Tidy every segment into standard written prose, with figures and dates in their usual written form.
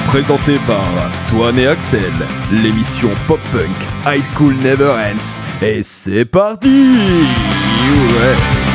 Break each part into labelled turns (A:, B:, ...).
A: Présenté par Toine et Axel, l'émission pop-punk High School Never Ends. Et c'est parti! Ouais.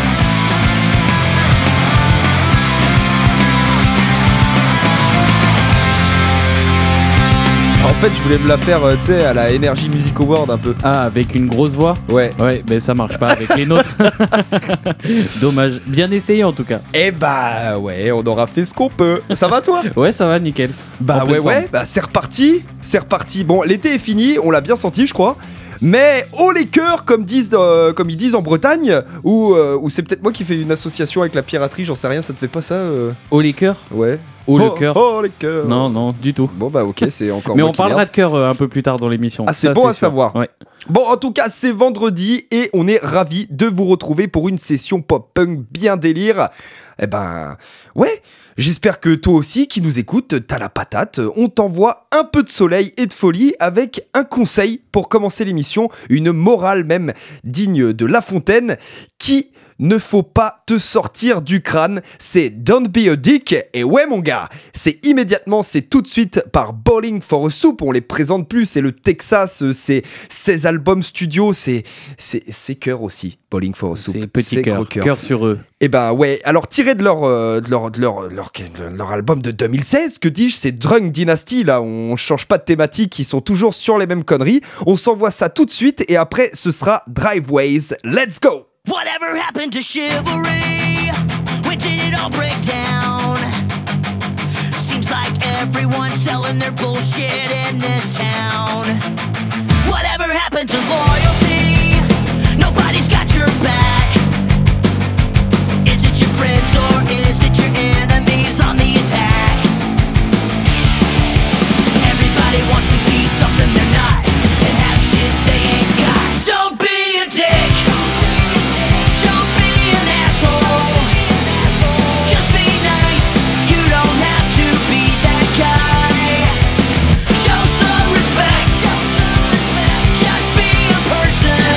A: En fait, je voulais me la faire, tu sais, à la Energy Music Award un peu.
B: Ah, avec une grosse voix?
A: Ouais.
B: Ouais, mais ça marche pas avec les nôtres. Dommage. Bien essayé en tout cas.
A: Eh bah ouais, on aura fait ce qu'on peut. Ça va toi?
B: Ouais, ça va, nickel.
A: Bah ouais, bah c'est reparti. Bon, l'été est fini, on l'a bien senti, je crois. Mais haut les cœurs, comme ils disent en Bretagne, ou c'est peut-être moi qui fais une association avec la piraterie, j'en sais rien, ça te fait pas ça
B: Haut les cœurs?
A: Ouais.
B: Haut le cœur?
A: Oh les cœurs.
B: Non, du tout.
A: Bon bah ok, c'est encore
B: mais
A: moi
B: on
A: qui
B: parlera
A: merde.
B: de cœur un peu plus tard dans l'émission.
A: Ah, c'est
B: ça,
A: bon à
B: sûr.
A: savoir.
B: Ouais.
A: Bon, en tout cas, c'est vendredi et on est ravis de vous retrouver pour une session pop-punk bien délire. Eh ben, ouais, j'espère que toi aussi qui nous écoutes, t'as la patate. On t'envoie un peu de soleil et de folie avec un conseil pour commencer l'émission, une morale même digne de La Fontaine qui... ne faut pas te sortir du crâne, c'est Don't Be a Dick, et ouais mon gars, c'est tout de suite par Bowling for a Soup, on les présente plus, c'est le Texas, c'est 16 albums studio, c'est cœur aussi, Bowling for a Soup.
B: C'est petit cœur sur eux.
A: Et bah ouais, alors tiré de leur album de 2016, que dis-je, c'est Drunk Dynasty, là on change pas de thématique, ils sont toujours sur les mêmes conneries, on s'envoie ça tout de suite, et après ce sera Driveways, let's go!
C: Whatever happened to chivalry? When did it all break down? Seems like everyone's selling their bullshit in this town. Whatever happened to loyalty? Nobody's got your back. Is it your friends or is it your enemies on the attack? Everybody wants to be something they're not and have shit they ain't got. Don't be a dick. Person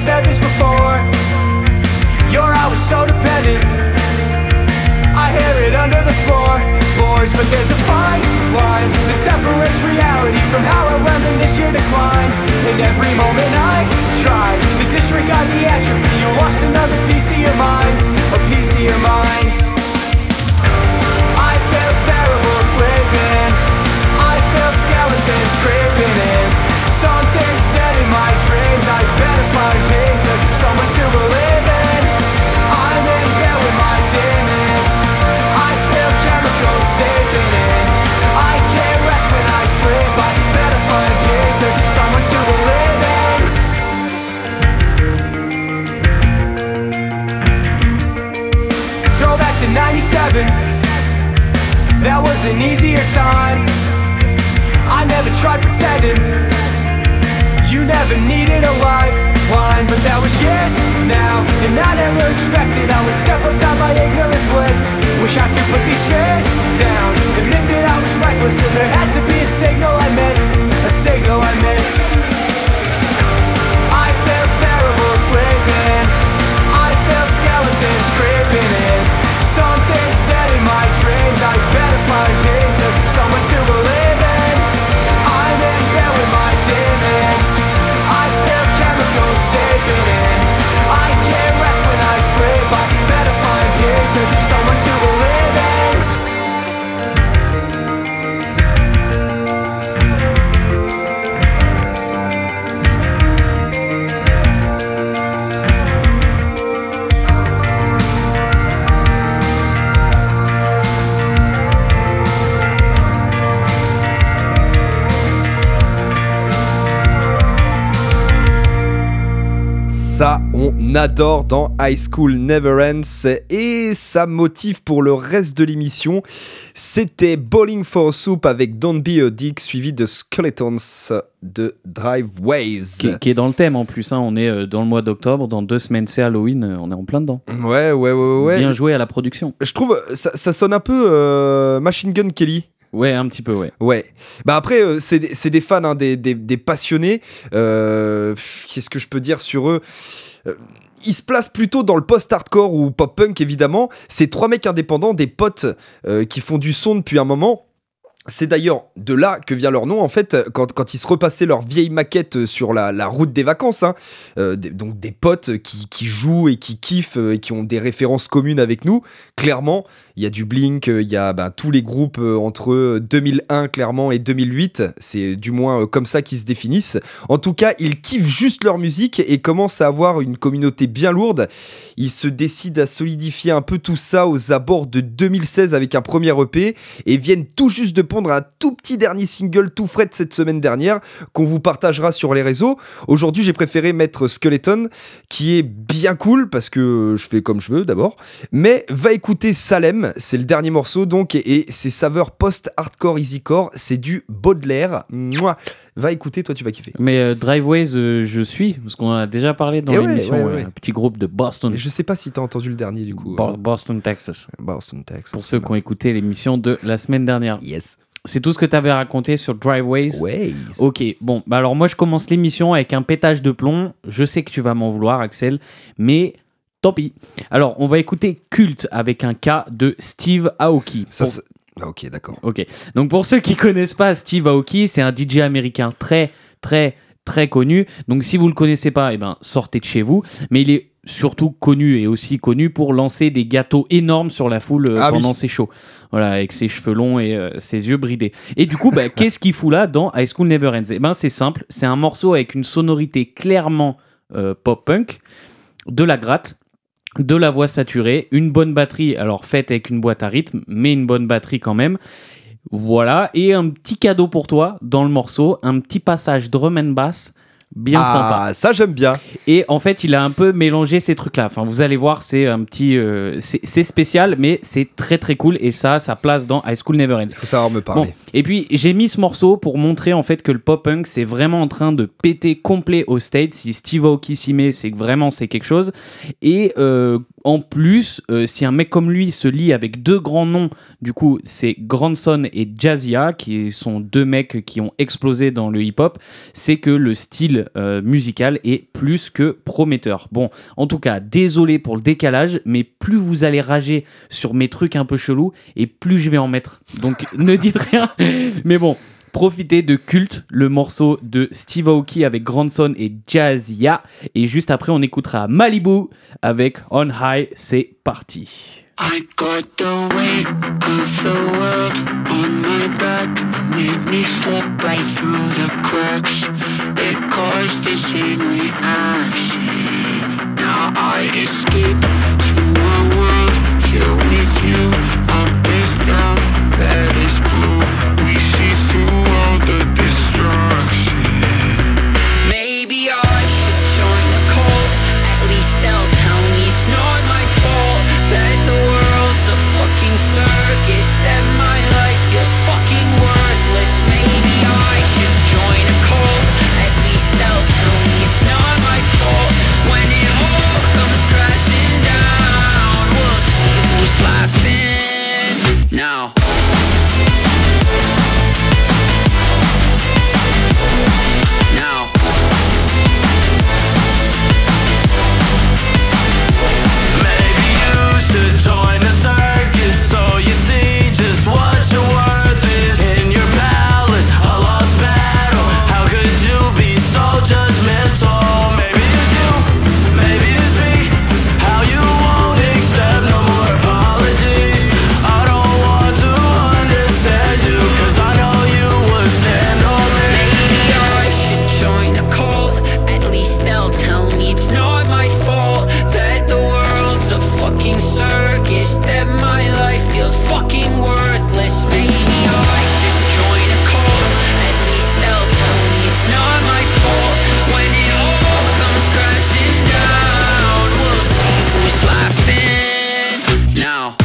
D: said this before. You're always so dependent. I hear it under the floorboards, but there's a fine line that separates reality from how I reminisce your decline. And every moment I try to disregard the atrophy, you lost another piece of your minds, a piece of your minds. I felt terrible sleeping, I felt skeletons creeping in. Something's dead in my dreams, I better find peace of someone to believe in. I'm in bed with my demons, I feel chemicals seeping in. I can't rest when I sleep, I better find peace of someone to believe in. Throw back to 97, that was an easier time. I never tried pretending, you never needed a lifeline. But that was years now, and I never expected I would step outside my ignorant bliss. Wish I could put these fears down, admit that I was reckless, and there had to be a signal I missed, a signal I missed. I felt terrible sleeping, I felt skeletons creeping in. Something's dead in my dreams, I better find peace of someone to believe in. I'm in bed with my demons, I feel chemicals seeping in. I can't rest when I sleep, I better find peace of someone to believe in.
A: Ça, on adore dans High School Never Ends et ça motive pour le reste de l'émission. C'était Bowling for Soup avec Don't Be a Dick suivi de Skeletons de Driveways.
B: Qui est dans le thème en plus, hein. On est dans le mois d'octobre, dans 2 semaines c'est Halloween, on est en plein dedans.
A: Ouais.
B: Bien joué à la production.
A: Je trouve ça sonne un peu Machine Gun Kelly.
B: Ouais, un petit peu, ouais.
A: Ouais. Bah après, c'est des fans, hein, des passionnés. Qu'est-ce que je peux dire sur eux ? Ils se placent plutôt dans le post-hardcore ou pop-punk, évidemment. C'est 3 mecs indépendants, des potes qui font du son depuis un moment. C'est d'ailleurs de là que vient leur nom, en fait, quand ils se repassaient leur vieille maquette sur la route des vacances. Hein. Donc des potes qui jouent et qui kiffent et qui ont des références communes avec nous. Clairement, il y a du Blink, il y a tous les groupes entre 2001 clairement et 2008. C'est du moins comme ça qu'ils se définissent. En tout cas, ils kiffent juste leur musique et commencent à avoir une communauté bien lourde. Ils se décident à solidifier un peu tout ça aux abords de 2016 avec un premier EP et viennent tout juste de pondre un tout petit dernier single tout frais de cette semaine dernière qu'on vous partagera sur les réseaux. Aujourd'hui, j'ai préféré mettre Skeleton qui est bien cool parce que je fais comme je veux d'abord, mais va écouter Salem, c'est le dernier morceau donc et c'est saveur post-hardcore easycore, c'est du Baudelaire. Mouah. Va écouter, toi tu vas kiffer.
B: Mais Driveways, je suis, parce qu'on en a déjà parlé dans l'émission,
A: ouais.
B: un petit groupe de Boston.
A: Et je sais pas si t'as entendu le dernier du coup.
B: Boston, Texas.
A: Boston, Texas.
B: Pour ceux qui ont écouté l'émission de la semaine dernière.
A: Yes.
B: C'est tout ce que t'avais raconté sur Driveways.
A: Ways.
B: Ok, bon, bah alors moi je commence l'émission avec un pétage de plomb. Je sais que tu vas m'en vouloir, Axel, mais tant pis. Alors, on va écouter Cult avec un K de Steve Aoki.
A: Ah, ok, d'accord.
B: Ok, donc pour ceux qui connaissent pas Steve Aoki, c'est un DJ américain très connu. Donc si vous le connaissez pas, eh ben sortez de chez vous. Mais il est surtout connu et aussi connu pour lancer des gâteaux énormes sur la foule pendant ses shows. Voilà, avec ses cheveux longs et ses yeux bridés. Et du coup, qu'est-ce qu'il fout là dans High School Never Ends ? Eh ben c'est simple, c'est un morceau avec une sonorité clairement pop-punk, de la gratte, de la voix saturée, une bonne batterie, alors faite avec une boîte à rythme, mais une bonne batterie quand même. Voilà, et un petit cadeau pour toi dans le morceau, un petit passage drum and bass bien sympa.
A: Ah, ça j'aime bien.
B: Et en fait, il a un peu mélangé ces trucs-là. Enfin, vous allez voir, c'est un petit, c'est spécial, mais c'est très cool. Et ça place dans High School Never Ends.
A: Il faut savoir me parler.
B: Bon. Et puis, j'ai mis ce morceau pour montrer en fait que le pop-punk, c'est vraiment en train de péter complet aux States. Si Steve Aoki s'y met, c'est que vraiment c'est quelque chose. Et en plus, si un mec comme lui se lie avec 2 grands noms, du coup, c'est Grandson et Jazzia, qui sont 2 mecs qui ont explosé dans le hip-hop, c'est que le style style musical est plus que prometteur. Bon, en tout cas, désolé pour le décalage, mais plus vous allez rager sur mes trucs un peu chelous, et plus je vais en mettre. Donc ne dites rien, mais bon. Profitez de Culte, le morceau de Steve Aoki avec Grandson et Jazzia. Et juste après, on écoutera Malibu avec On High. C'est parti.
E: I got the weight of the world on my back. Made me slip right through the cracks. It caused the chain reaction. Now I escape to a world here with you. Up is down, red is blue. We see through all the distraction. Maybe I should join the cult. At least they'll tell me it's not my fault. That the world's a fucking circus. That my life is fucking worthless. Maybe I should join a cult. At least they'll tell me it's not my fault. When it all comes crashing down, we'll see who's laughing now. Join the circus so you see just what your worth is. In your palace, a lost battle. How could you be so judgmental? Maybe it's you, maybe it's me. How you won't accept no more apologies. I don't want to understand you, cause I know you would stand on me. Maybe I should join the cult. At least they'll tell me it's not my fault. That the world's a fucking circus, that my life feels fucking worthless. Maybe I should join a cult. At least they'll tell me it's not my fault. When it all comes crashing down, we'll see who's laughing now.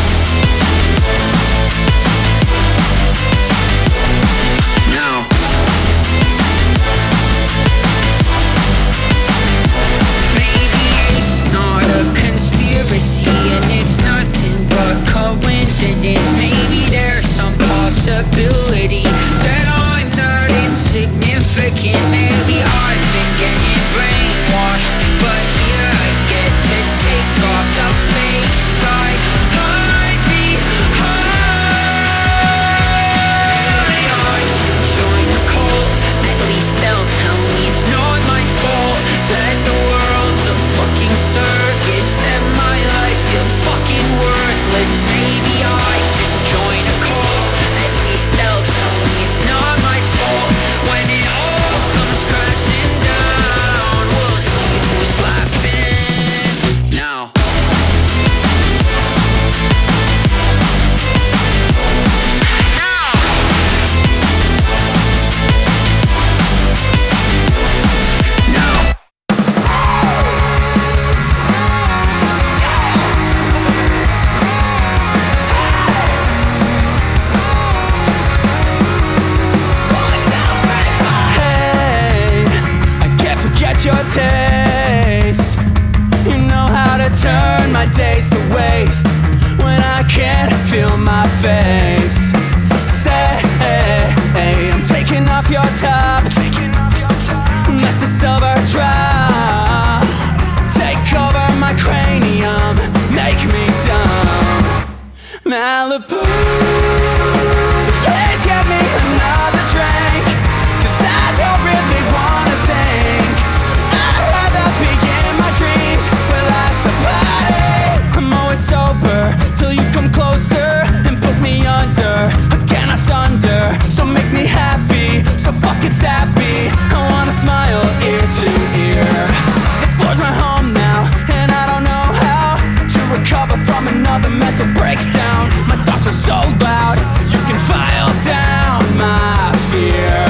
E: Now. Maybe it's not a conspiracy and it's nothing but coincidence. Maybe there's some possibility that I'm not insignificant. Maybe I've been getting brainwashed, but here I get to take off the face I hide behind. Maybe I should join the cult. At least they'll tell me it's not my fault. That the world's a fucking circus. That my life feels fucking worthless. Maybe I should join a cult. At least they'll tell me it's not my fault. When it all comes crashing down, we'll see who's laughing now. Hey, I can't forget your taste. You know how to turn my days to waste when I can't feel my face. Say, hey, I'm taking off your top. Let the silver drop. Take over my cranium, make me dumb. Malibu, so please get me another drink, cause I don't really wanna think. I'd rather be in my dreams where life's a party. I'm always sober till you come closer and put me under. Again asunder, so make me happy, so fucking sappy. I wanna smile ear to ear. The floor's my home now, and I don't know how to recover from another mental breakdown. My thoughts are so loud, you can file down my fear.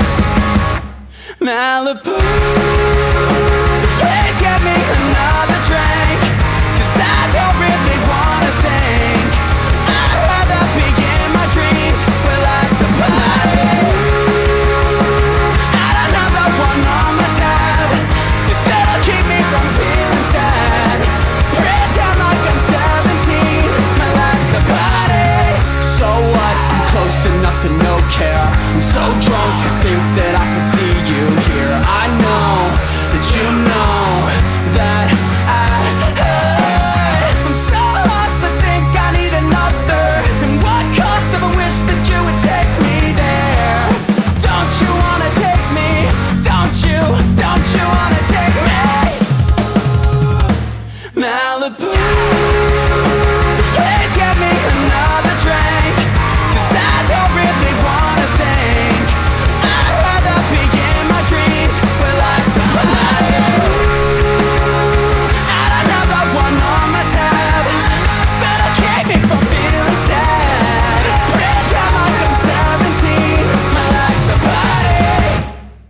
E: Malibu, so please get me another drink, cause I don't really wanna think. I'd rather be in my dreams where life's a party. Add another one on my tab, if that'll keep me from feeling sad. Pretend like I'm 17, my life's a party. So what? I'm close enough to no care. I'm so drunk I think that I can see you here. I know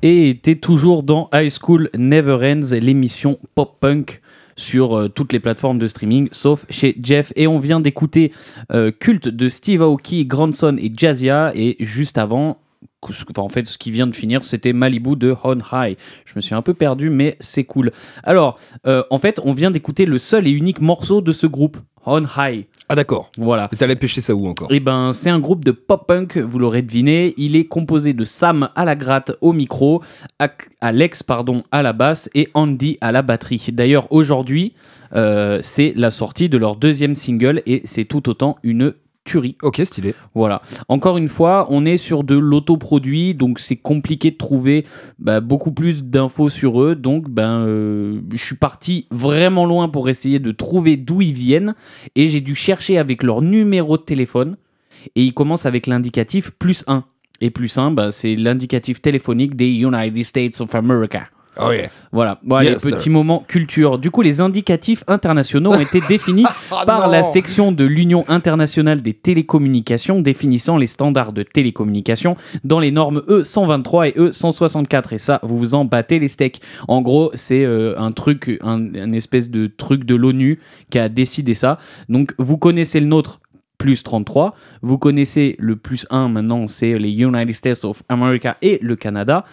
B: Et t'es toujours dans High School Never Ends, l'émission pop-punk sur toutes les plateformes de streaming, sauf chez Jeff. Et on vient d'écouter Culte de Steve Aoki, Grandson et Jazia. Et juste avant, en fait, ce qui vient de finir, c'était Malibu de On High. Je me suis un peu perdu, mais c'est cool. Alors, en fait, on vient d'écouter le seul et unique morceau de ce groupe, On High.
A: Ah d'accord.
B: Voilà.
A: Et t'allais pêcher ça où encore?
B: Eh ben, c'est un groupe de pop-punk, vous l'aurez deviné. Il est composé de Sam à la gratte au micro, Alex à la basse et Andy à la batterie. D'ailleurs, aujourd'hui, c'est la sortie de leur deuxième single et c'est tout autant une tuerie.
A: Ok, stylé.
B: Voilà. Encore une fois, on est sur de l'autoproduit, donc c'est compliqué de trouver beaucoup plus d'infos sur eux. Donc, je suis parti vraiment loin pour essayer de trouver d'où ils viennent et j'ai dû chercher avec leur numéro de téléphone et ils commencent avec l'indicatif +1. Et +1, c'est l'indicatif téléphonique des United States of America.
A: Oh yeah.
B: Voilà, bon, allez,
A: Yes,
B: petit moment culture. Du coup, les indicatifs internationaux ont été définis par
A: non.
B: la section de l'Union internationale des télécommunications définissant les standards de télécommunication dans les normes E123 et E164. Et ça, vous vous en battez les steaks. En gros, c'est un espèce de truc de l'ONU qui a décidé ça. Donc, vous connaissez le nôtre, +33. Vous connaissez le +1, maintenant, c'est les United States of America et le Canada.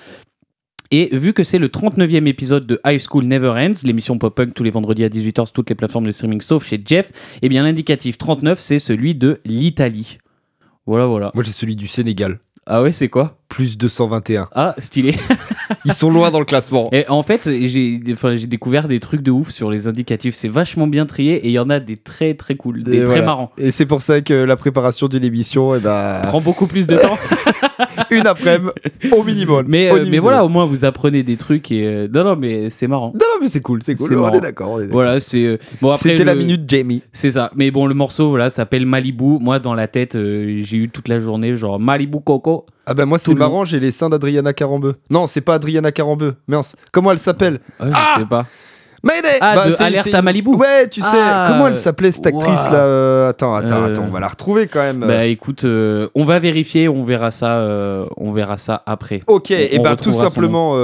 B: Et vu que c'est le 39e épisode de High School Never Ends, l'émission pop-punk tous les vendredis à 18h sur toutes les plateformes de streaming sauf chez Jeff, eh bien l'indicatif 39, c'est celui de l'Italie. Voilà.
A: Moi j'ai celui du Sénégal.
B: Ah ouais, c'est quoi ?
A: +221.
B: Ah, stylé.
A: Ils sont loin dans le classement.
B: Et en fait, j'ai découvert des trucs de ouf sur les indicatifs. C'est vachement bien trié et il y en a des très très cool, des très marrants.
A: Et c'est pour ça que la préparation d'une émission,
B: Prend beaucoup plus de temps.
A: une après-midi au minimum.
B: Mais voilà, au moins vous apprenez des trucs et non, mais c'est marrant.
A: Non, mais c'est cool.
B: C'est
A: On
B: marrant.
A: est d'accord.
B: Voilà, c'est bon après.
A: C'était la minute Jamie.
B: C'est ça. Mais bon, le morceau, voilà, s'appelle Malibu. Moi, dans la tête, j'ai eu toute la journée genre Malibu Coco.
A: Ah bah moi c'est marrant, j'ai les seins d'Adriana Carambeu. Non, c'est pas Adriana Carambeu. Mince. Comment elle s'appelle?
B: Je sais pas.
A: Mayday.
B: De Alerte à Malibu.
A: Ouais, tu sais. Comment elle s'appelait cette actrice là? Attends, on va la retrouver quand même.
B: Bah écoute, on va vérifier, on verra ça après.
A: Ok, et
B: on
A: bah tout simplement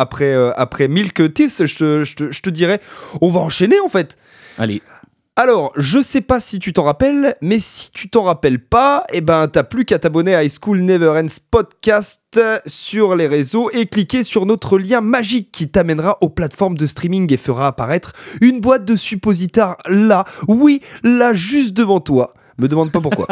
A: après Milk Teeth, je te dirais, on va enchaîner en fait.
B: Allez.
A: Alors, je sais pas si tu t'en rappelles, mais si tu t'en rappelles pas, eh ben t'as plus qu'à t'abonner à High School Never Ends Podcast sur les réseaux et cliquer sur notre lien magique qui t'amènera aux plateformes de streaming et fera apparaître une boîte de suppositoires là, oui, là juste devant toi. Me demande pas pourquoi.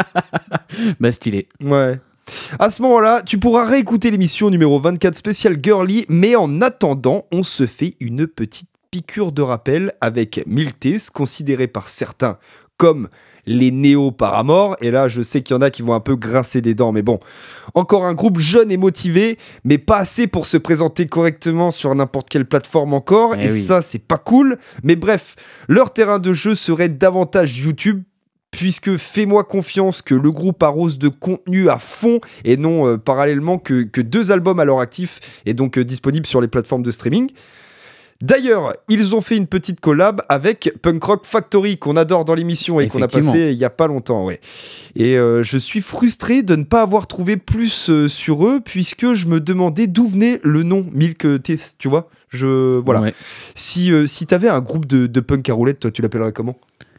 B: Bah stylé.
A: Ouais. À ce moment-là, tu pourras réécouter l'émission numéro 24 spéciale Girly, mais en attendant, on se fait une petite piqûre de rappel avec Miltes, considéré par certains comme les néo-Paramore. Et là, je sais qu'il y en a qui vont un peu grincer des dents, mais bon. Encore un groupe jeune et motivé, mais pas assez pour se présenter correctement sur n'importe quelle plateforme encore. Et oui. Ça, c'est pas cool. Mais bref, leur terrain de jeu serait davantage YouTube, puisque fais-moi confiance que le groupe arrose de contenu à fond et non parallèlement que 2 albums à leur actif et donc disponibles sur les plateformes de streaming. D'ailleurs, ils ont fait une petite collab avec Punk Rock Factory qu'on adore dans l'émission et qu'on a passé il y a pas longtemps. Ouais. Et je suis frustré de ne pas avoir trouvé plus sur eux puisque je me demandais d'où venait le nom Milk Teeth, tu vois. Voilà. Ouais. Si t'avais un groupe de punk à roulettes, toi tu l'appellerais comment ?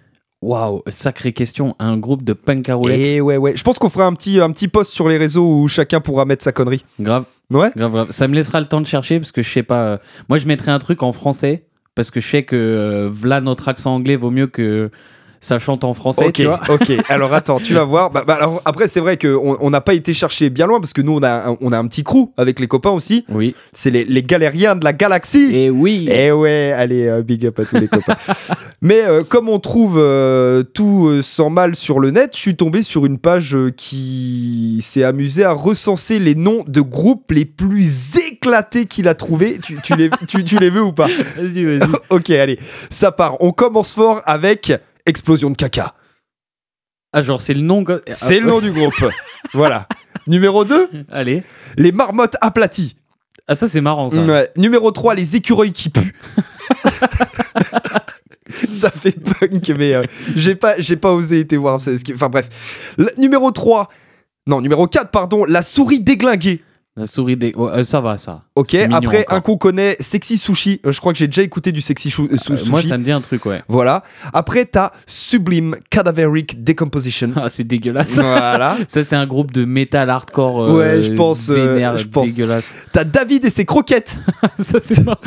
B: Waouh, sacrée question, un groupe de punk à roulettes.
A: Et ouais. Je pense qu'on fera un petit post sur les réseaux où chacun pourra mettre sa connerie.
B: Grave.
A: Ouais.
B: Grave. Ça me laissera le temps de chercher parce que je sais pas. Moi, je mettrais un truc en français parce que je sais que v'là notre accent anglais vaut mieux que ça chante en français.
A: Ok,
B: tu vois.
A: Ok. Alors attends, tu vas voir. Alors, après, c'est vrai qu'on n'a pas été chercher bien loin parce que nous, on a un petit crew avec les copains aussi.
B: Oui.
A: C'est les galériens de la galaxie.
B: Et oui.
A: Et ouais, allez, big up à tous les copains. Mais comme on trouve tout sans mal sur le net, je suis tombé sur une page qui s'est amusée à recenser les noms de groupes les plus éclatés qu'il a trouvés. Tu les veux ou pas ?
B: Vas-y.
A: Ok, allez, ça part. On commence fort avec Explosion de caca.
B: Ah, genre, c'est le nom.
A: C'est le nom du groupe. Voilà. Numéro 2,
B: allez.
A: Les marmottes aplaties.
B: Ah, ça, c'est marrant, ça.
A: Ouais. Numéro 3, les écureuils qui puent. Ça fait punk, mais j'ai pas osé été voir. Enfin bref. Numéro 4, pardon, la souris déglinguée.
B: La souris des. Ça va, ça.
A: Ok,
B: C'est mignon
A: après
B: encore.
A: un qu'on connaît, Sexy Sushi. Je crois que j'ai déjà écouté du Sexy Sushi.
B: Moi, ça me dit un truc, ouais.
A: Voilà. Après, t'as Sublime Cadaveric Decomposition.
B: Ah, c'est dégueulasse.
A: Voilà.
B: Ça, c'est un groupe de metal hardcore.
A: Ouais, je pense,
B: Vénère,
A: je pense.
B: dégueulasse.
A: T'as David et ses croquettes.
B: Ça, c'est marrant.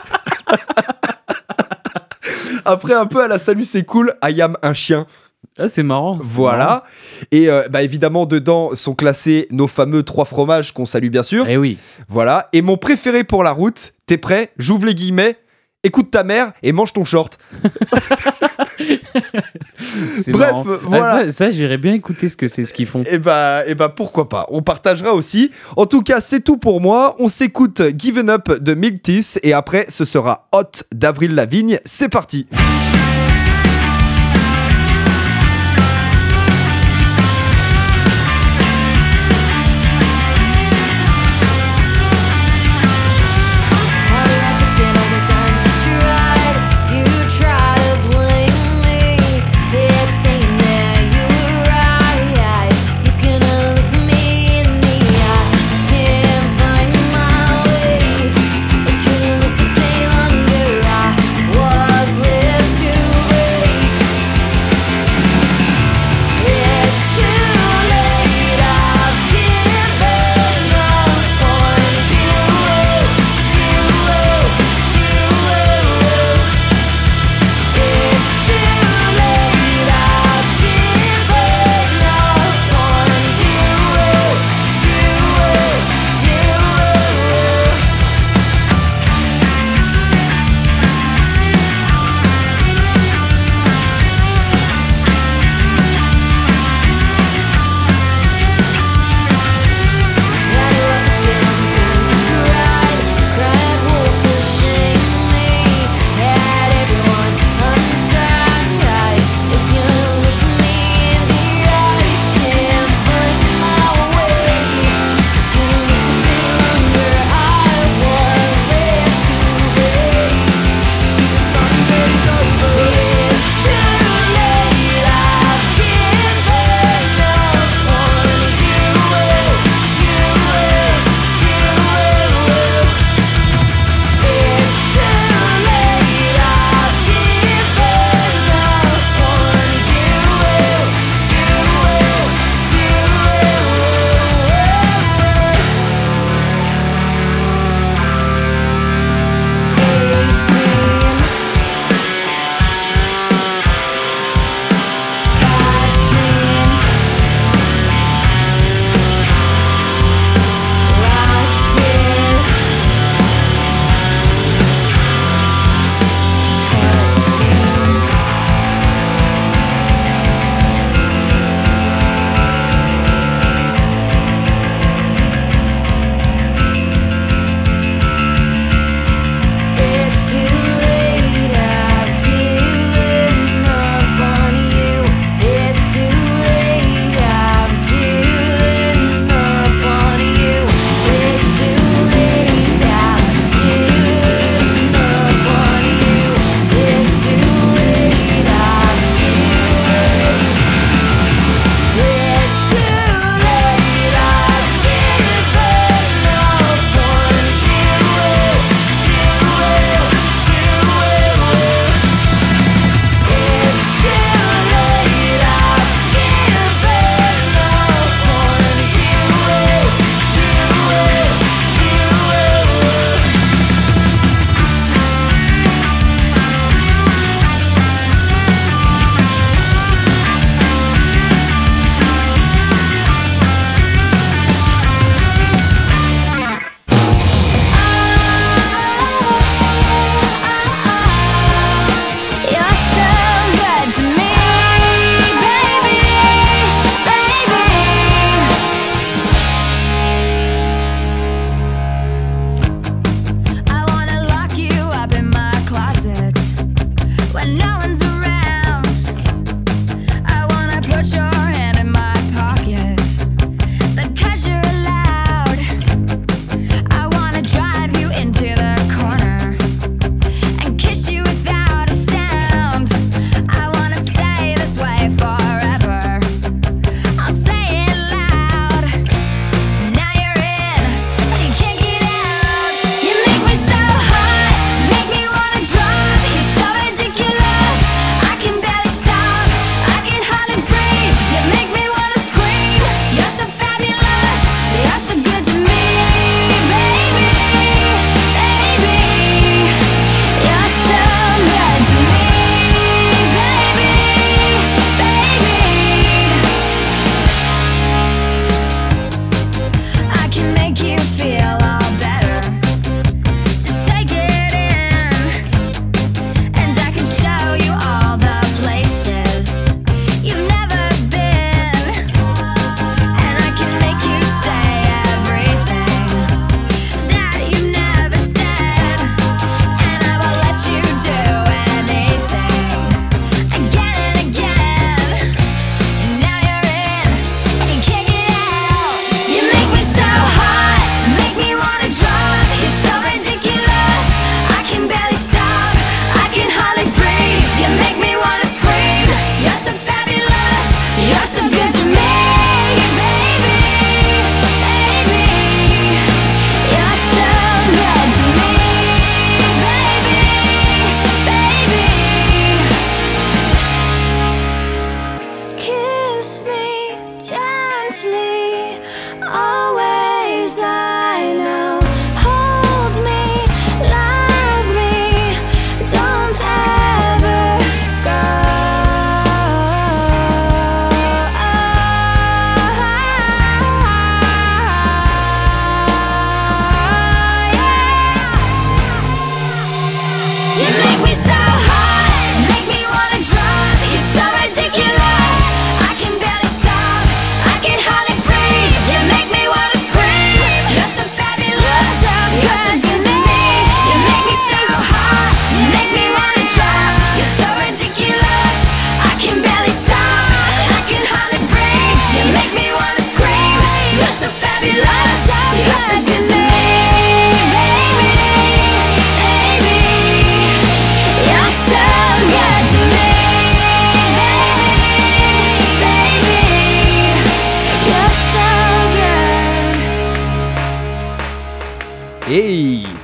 A: Après, un peu à la salut, c'est cool. I am un chien.
B: Ah, c'est marrant. c'est
A: Voilà. Et évidemment, dedans sont classés nos fameux 3 fromages qu'on salue bien sûr.
B: marrant. Eh oui.
A: Voilà. Et mon préféré pour la route, t'es prêt? J'ouvre les guillemets. Écoute ta mère et mange ton short.
B: C'est
A: Bref,
B: marrant.
A: voilà.
B: Ça, j'irais bien écouter ce qu'ils font.
A: Et bah pourquoi pas. On partagera aussi. En tout cas, c'est tout pour moi. On s'écoute Given Up de Milk Teeth et après, ce sera Hot d'Avril Lavigne. C'est parti.
F: Was lived to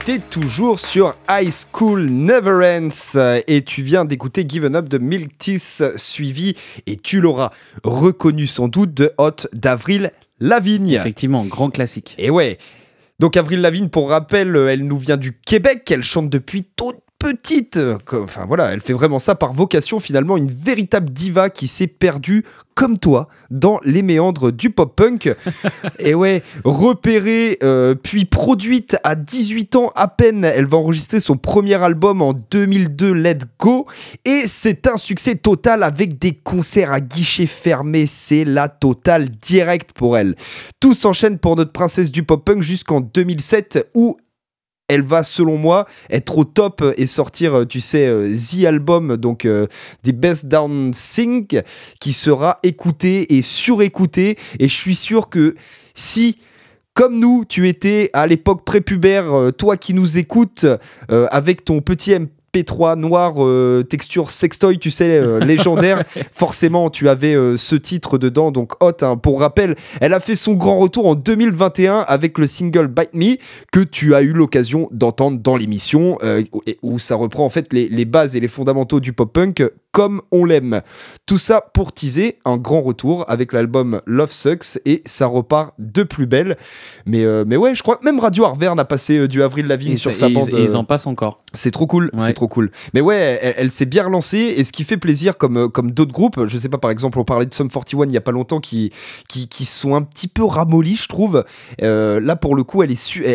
A: T'es toujours sur High School Never Ends et tu viens d'écouter Given Up de Milk Teeth, suivi, et tu l'auras reconnu sans doute, de Hot d'Avril Lavigne.
B: Effectivement, grand classique.
A: Et ouais. Donc Avril Lavigne, pour rappel, elle nous vient du Québec, elle chante depuis toute petite. Enfin voilà, elle fait vraiment ça par vocation, finalement, une véritable diva qui s'est perdue, comme toi, dans les méandres du pop-punk. Et ouais, repérée, puis produite à 18 ans à peine, elle va enregistrer son premier album en 2002, Let Go, et c'est un succès total avec des concerts à guichet fermé, c'est la totale directe pour elle. Tout s'enchaîne pour notre princesse du pop-punk jusqu'en 2007, où elle va, selon moi, être au top et sortir, tu sais, The Album, donc des Best Down Thing, qui sera écouté et surécouté. Et je suis sûr que si, comme nous, tu étais à l'époque prépubère, toi qui nous écoutes, avec ton petit MP3 noir, texture sextoy, tu sais, légendaire, forcément tu avais ce titre dedans, donc Hot, hein. Pour rappel, elle a fait son grand retour en 2021 avec le single Bite Me, que tu as eu l'occasion d'entendre dans l'émission, où ça reprend en fait les bases et les fondamentaux du pop-punk comme on l'aime. Tout ça pour teaser un grand retour avec l'album Love Sucks, et ça repart de plus belle. Mais ouais, je crois que même Radio Arverne a passé du Avril Lavigne sur sa bande.
B: Et ils en passent encore.
A: C'est trop cool,
B: ouais.
A: C'est trop cool. Mais ouais, elle s'est bien relancée, et ce qui fait plaisir, comme d'autres groupes, je sais pas, par exemple, on parlait de Sum 41 il y a pas longtemps, qui sont un petit peu ramollis, je trouve. Là, pour le coup, elle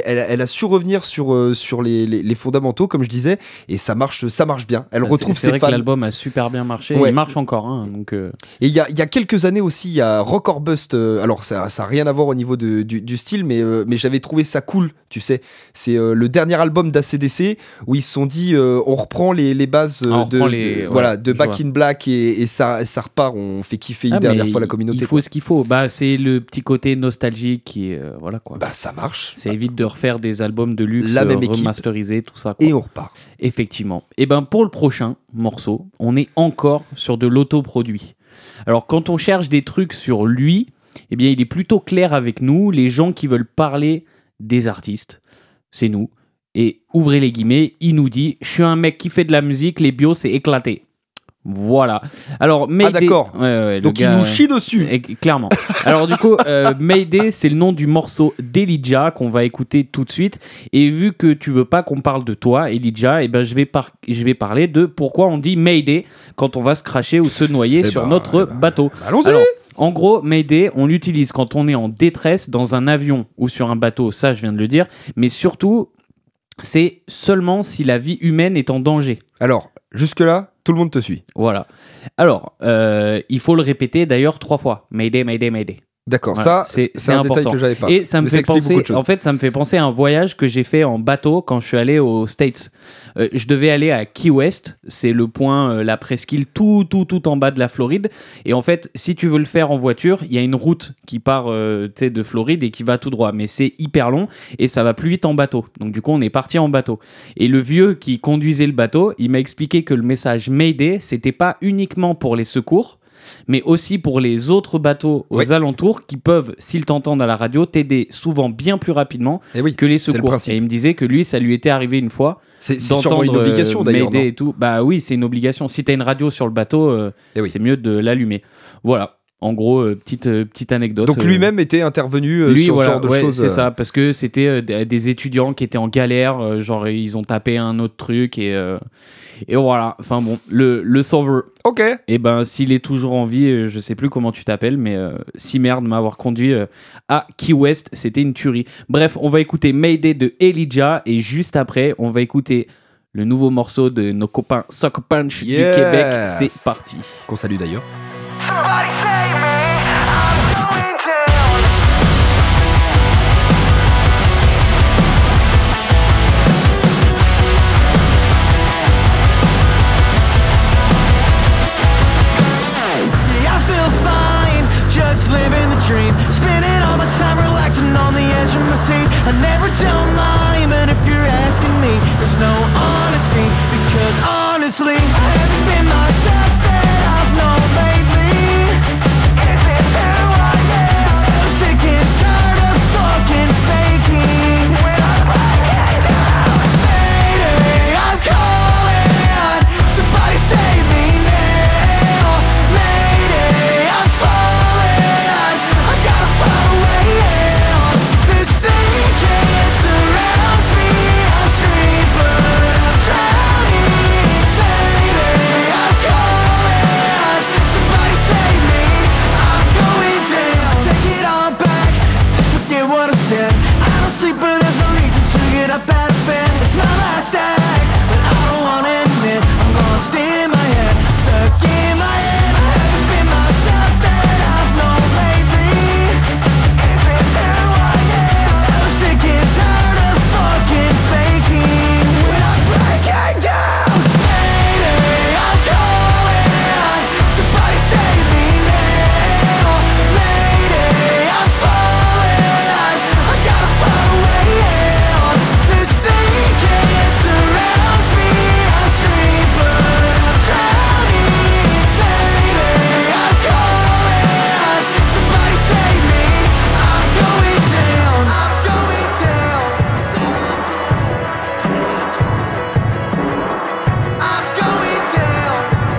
A: a su revenir sur les fondamentaux, comme je disais, et ça marche bien. Elle retrouve ses fans.
B: C'est vrai que l'album a super bien marché,
A: ouais.
B: Il marche encore, hein, donc
A: Et il y a quelques années aussi, il y a Rock or Bust, alors ça a rien à voir au niveau du style, mais j'avais trouvé ça cool, tu sais. C'est le dernier album d'ACDC où ils se sont dit on reprend les bases de Back in Black, et ça repart, on fait kiffer une dernière fois la communauté.
B: Il faut ce qu'il faut. Bah, c'est le petit côté nostalgique qui voilà quoi.
A: Bah ça marche.
B: Ça évite de refaire des albums de luxe,
A: la même
B: remasterisés, tout ça, quoi.
A: Et on repart.
B: Effectivement. Et ben pour le prochain morceau, on est encore sur de l'autoproduit. Alors quand on cherche des trucs sur lui, eh bien il est plutôt clair avec nous. Les gens qui veulent parler des artistes, c'est nous. Et ouvrez les guillemets, il nous dit « Je suis un mec qui fait de la musique, les bios c'est éclaté ». Voilà. Alors Mayday,
A: d'accord.
B: Ouais,
A: donc il nous chie dessus.
B: Clairement. Alors du coup, Mayday, c'est le nom du morceau d'Elijah qu'on va écouter tout de suite. Et vu que tu veux pas qu'on parle de toi, Elijah, et ben je vais parler de pourquoi on dit Mayday quand on va se cracher ou se noyer sur notre bateau.
A: Allons-y.
B: Alors, en gros, Mayday, on l'utilise quand on est en détresse dans un avion ou sur un bateau. Ça, je viens de le dire. Mais surtout, c'est seulement si la vie humaine est en danger.
A: Alors, jusque-là, tout le monde te suit.
B: Voilà. Alors, il faut le répéter d'ailleurs 3 fois. Mayday, Mayday, Mayday.
A: D'accord,
B: Voilà,
A: ça, c'est un
B: important.
A: détail que j'avais pas.
B: Et ça me
A: Mais ça
B: fait
A: explique
B: penser,
A: beaucoup de choses.
B: en fait, ça me fait penser à un voyage que j'ai fait en bateau quand je suis allé aux States. Je devais aller à Key West, c'est le point, la presqu'île tout en bas de la Floride. Et en fait, si tu veux le faire en voiture, il y a une route qui part de Floride et qui va tout droit. Mais c'est hyper long et ça va plus vite en bateau. Donc du coup, on est parti en bateau. Et le vieux qui conduisait le bateau, il m'a expliqué que le message Mayday, c'était pas uniquement pour les secours, mais aussi pour les autres bateaux aux alentours qui peuvent, s'ils t'entendent à la radio, t'aider souvent bien plus rapidement que les secours. Et il me disait que lui, ça lui était arrivé une fois
A: d'entendre sûrement une obligation d'ailleurs,
B: Mayday et tout. Bah oui, c'est une obligation. Si t'as une radio sur le bateau, c'est mieux de l'allumer. Voilà. En gros, petite anecdote.
A: Donc lui-même était intervenu sur ce genre de choses.
B: C'est ça, parce que c'était des étudiants qui étaient en galère, genre ils ont tapé un autre truc et voilà. Enfin bon, le sauveur.
A: Ok.
B: Et ben s'il est toujours en vie, je sais plus comment tu t'appelles, mais si merde m'avoir conduit à Key West, c'était une tuerie. Bref, on va écouter Mayday de Elijah et juste après, on va écouter le nouveau morceau de nos copains Sucker Punch du Québec. C'est parti.
A: Qu'on salue d'ailleurs.
D: Somebody save me, I'm going down.
E: Yeah, I feel fine, just living the dream. Spending all my time relaxing on the edge of my seat. I never tell mine, but if you're asking me, there's no honesty. Because honestly, I haven't been myself that I've known lately. last act, but I don't wanna admit I'm lost in my head, stuck in my head. I haven't been myself that I've known lately. So sick and tired of fucking faking. When I'm breaking down, mayday, I'm calling. Somebody save me now. Mayday, I'm falling. I gotta find a way out. This sinking surrounds me. I scream, but I'm drowning. Mayday, I'm calling. Somebody save me. I'm going down. I'm going down. I'm going down.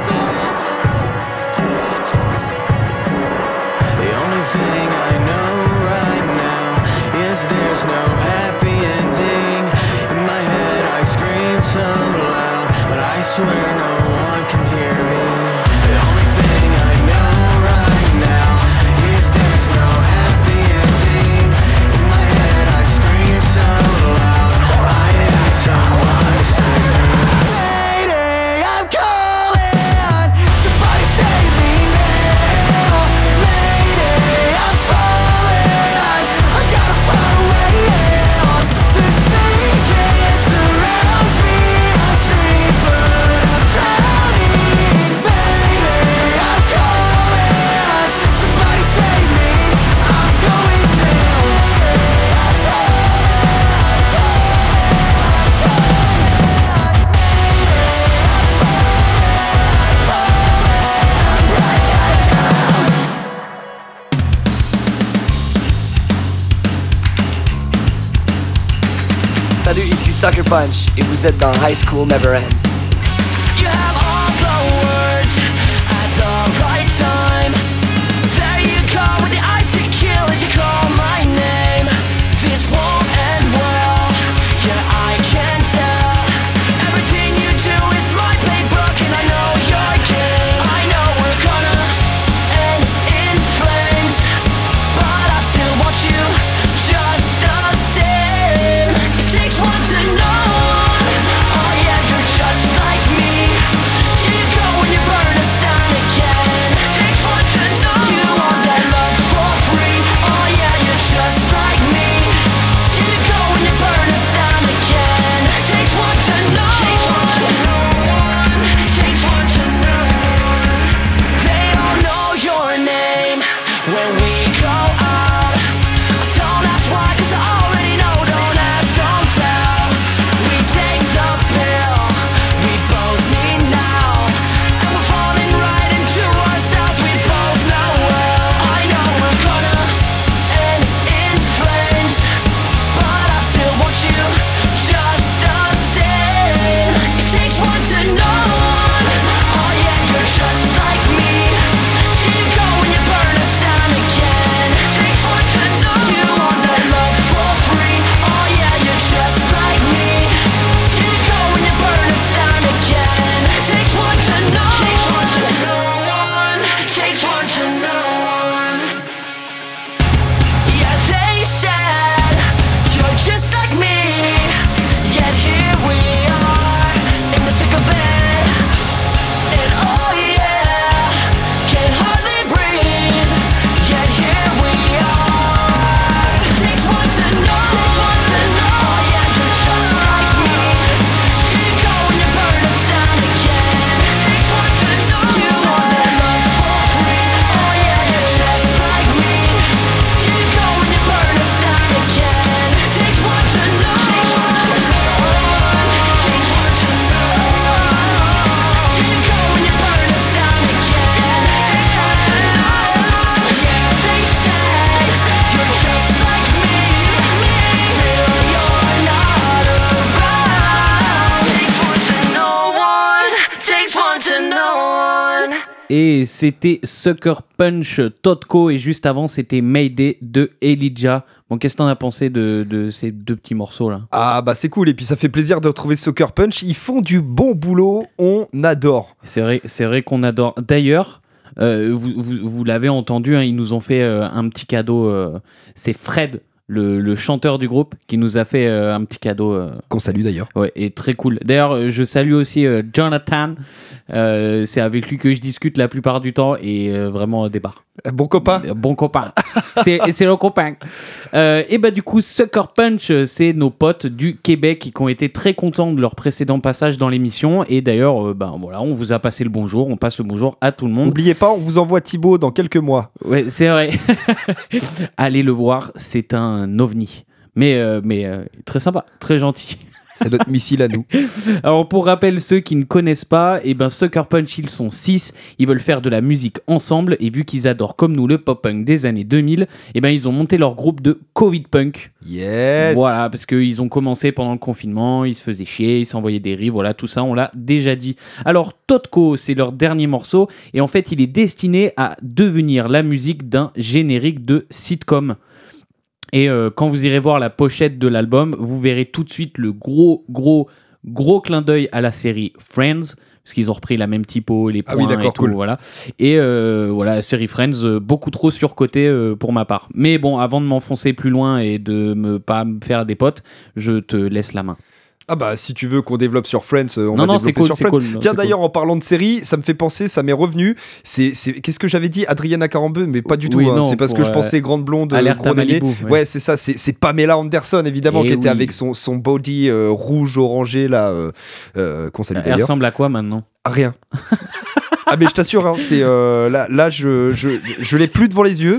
E: The only thing I know right now is there's no happy ending. In my head I scream so loud, but I swear no one can hear me. The only thing I know right now is there's no happy ending. In my head I scream so loud, I need someone to save me. Mayday, I'm calling. Somebody save me now. Mayday, I'm falling. I gotta find a way out. This sinking surrounds me. I scream, but I'm drowning. Mayday, I'm calling. Somebody save me. I'm going down.
F: Salut, ici Sucker Punch et vous êtes dans High School Never Ends.
E: You have all the words at the right time. There you go with the eyes to kill as you call my name. This won't end well, yeah I can tell. Everything you do is my playbook and I know your game. I know we're gonna end in flames, but I still want you just the same. It takes one to know one. Oh yeah, you're just like me. Do you go when you burn us down again? Takes one to know you want that love for free. Oh yeah, you're just like me. Do you go when you burn us down again? Takes one to know one. Takes one to know one. They all know your name when we go out. Don't ask why, 'cause I already know. Don't ask, don't tell. We take the pill we both need now, and we're falling right into ourselves. We both know well. I know we're gonna end in flames, but I still want you just the same. It takes one to know one. Oh yeah, you're just like me. Do you go when you burn us down again? Takes one to know you want that love for free. Oh yeah, you're just like me. Do you go when you burn us down again? Takes one to know one. Takes one to know one. Yeah, they said you're just like me. Yet here we are in the thick of it. And oh yeah, can hardly breathe. Yet here we are. It takes one to know. Oh yeah, you're just like me. Do you go when you burn us down again? Takes one to know you want that love for free. Oh yeah, you're just like me. Do you go when you burn us down again? Takes one to know. Takes one to know. Do you go when you burn us down again? Yeah, they say you're just like me till you're not around. Takes one to know one. Takes one to know one.
B: Et c'était Sucker Punch Totco, et juste avant c'était Mayday de Elijah. Bon, qu'est-ce que t'en as pensé de ces deux petits morceaux là?
A: Ah bah c'est cool, et puis ça fait plaisir de retrouver Sucker Punch, ils font du bon boulot, on adore.
B: C'est vrai qu'on adore. D'ailleurs, vous l'avez entendu, hein, ils nous ont fait un petit cadeau. C'est Fred le chanteur du groupe, qui nous a fait un petit cadeau.
A: Qu'on salue d'ailleurs.
B: Ouais, et très cool. D'ailleurs, je salue aussi Jonathan. C'est avec lui que je discute la plupart du temps et vraiment débat.
A: Bon copain.
B: Bon copain. c'est le copain. Et bah du coup, Sucker Punch, c'est nos potes du Québec qui ont été très contents de leur précédent passage dans l'émission. Et d'ailleurs, voilà, on vous a passé le bonjour. On passe le bonjour à tout le monde.
A: N'oubliez pas, on vous envoie Thibaut dans quelques mois.
B: Ouais, c'est vrai. Allez le voir, c'est un ovni. Mais très sympa, très gentil.
A: C'est notre missile à nous.
B: Alors pour rappel, ceux qui ne connaissent pas, Sucker Punch, ils sont 6, ils veulent faire de la musique ensemble et vu qu'ils adorent comme nous le pop-punk des années 2000, ils ont monté leur groupe de Covid Punk.
A: Yes.
B: Voilà, parce qu'ils ont commencé pendant le confinement, ils se faisaient chier, ils s'envoyaient des rires, voilà, tout ça on l'a déjà dit. Alors Totco, c'est leur dernier morceau et en fait il est destiné à devenir la musique d'un générique de sitcom. Et quand vous irez voir la pochette de l'album, vous verrez tout de suite le gros clin d'œil à la série Friends, parce qu'ils ont repris la même typo, les points et tout,
A: cool.
B: Voilà. Et voilà, la série Friends, beaucoup trop surcotée pour ma part. Mais bon, avant de m'enfoncer plus loin et de pas me faire des potes, je te laisse la main.
A: Ah bah si tu veux qu'on développe sur Friends, on va
B: c'est
A: développer
B: cool,
A: sur
B: c'est
A: Friends.
B: cool,
A: Tiens
B: c'est
A: d'ailleurs en parlant de série, ça me fait penser, ça m'est revenu. C'est qu'est-ce que j'avais dit, Adriana Carambeu, mais pas du tout.
B: Oui,
A: hein.
B: non,
A: C'est parce que je pensais grande blonde,
B: Alerte
A: gros
B: à
A: nez.
B: Malibu,
A: Ouais, c'est ça. C'est Pamela Anderson évidemment
B: Et
A: qui était
B: oui.
A: avec son body rouge orangé là, qu'on salue
B: Elle
A: d'ailleurs.
B: ressemble à quoi maintenant ?
A: Rien. Ah mais je t'assure, hein, c'est là je l'ai plus devant les yeux.